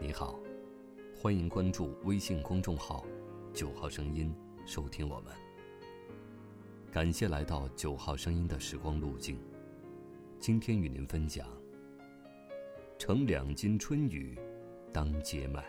你好，欢迎关注微信公众号9号声音，收听我们。感谢来到9号声音的时光路径。今天与您分享盛2斤春雨当街卖。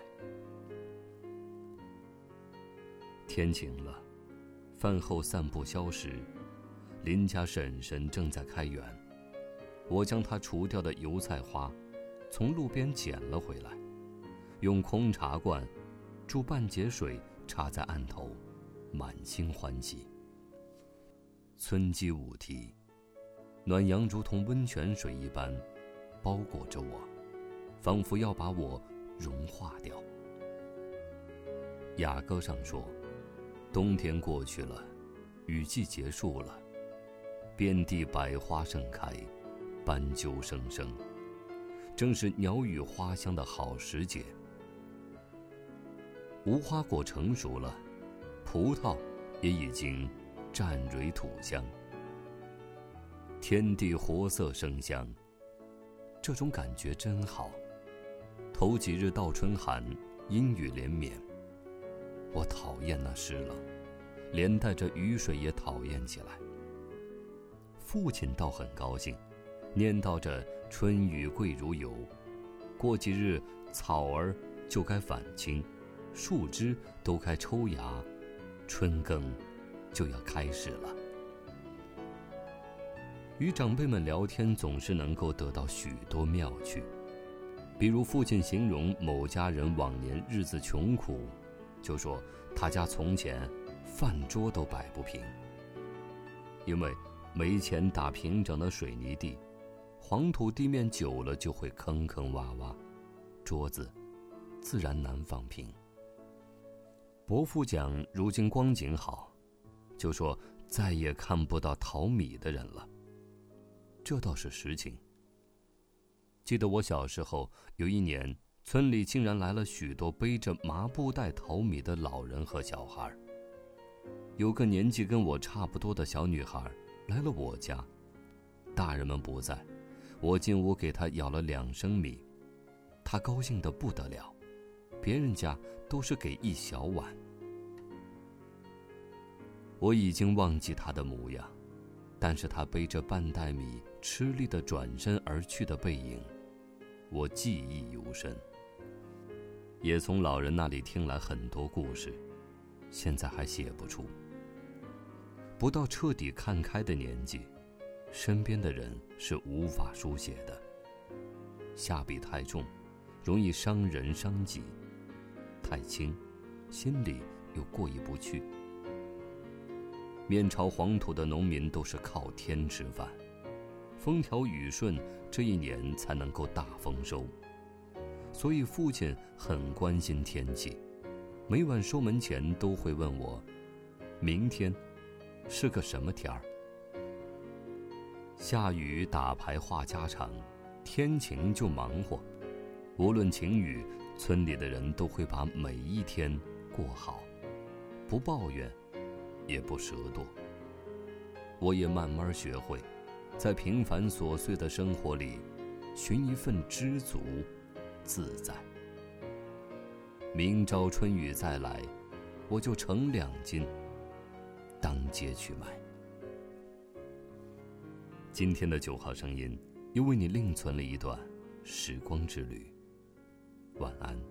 天晴了，饭后散步消食，邻家婶婶正在开园，我将她除掉的油菜花从路边捡了回来，用空茶罐注半截水插在案头，满心欢喜。村鸡舞啼，暖阳如同温泉水一般包裹着我，仿佛要把我融化掉。雅歌上说，冬天过去了，雨季结束了，遍地百花盛开，斑鸠声声，正是鸟语花香的好时节。无花果成熟了，葡萄也已经绽蕊吐香，天地活色生香，这种感觉真好。头几日到春寒，阴雨连绵，我讨厌那湿冷，连带着雨水也讨厌起来。父亲倒很高兴，念叨着春雨贵如油，过几日草儿就该返青，树枝都该抽芽，春耕就要开始了。与长辈们聊天总是能够得到许多妙趣，比如父亲形容某家人往年日子穷苦，就说他家从前饭桌都摆不平，因为没钱打平整的水泥地，黄土地面久了就会坑坑洼洼，桌子自然难放平。伯父讲如今光景好，就说再也看不到淘米的人了，这倒是实情。记得我小时候有一年，村里竟然来了许多背着麻布袋淘米的老人和小孩，有个年纪跟我差不多的小女孩来了我家，大人们不在，我进屋给她舀了2升米，她高兴得不得了，别人家都是给1小碗。我已经忘记她的模样，但是她背着半袋米吃力地转身而去的背影，我记忆犹深。也从老人那里听来很多故事，现在还写不出。不到彻底看开的年纪，身边的人是无法书写的，下笔太重，容易伤人伤己；太轻，心里又过意不去。面朝黄土的农民都是靠天吃饭，风调雨顺，这一年才能够大丰收。所以父亲很关心天气，每晚收门前都会问我，明天是个什么天儿？下雨打牌话家常，天晴就忙活。无论晴雨，村里的人都会把每一天过好，不抱怨，也不折堕。我也慢慢学会，在平凡琐碎的生活里，寻一份知足自在。明朝春雨再来，我就盛2斤当街去卖。今天的9号声音又为你另存了一段时光之旅，晚安。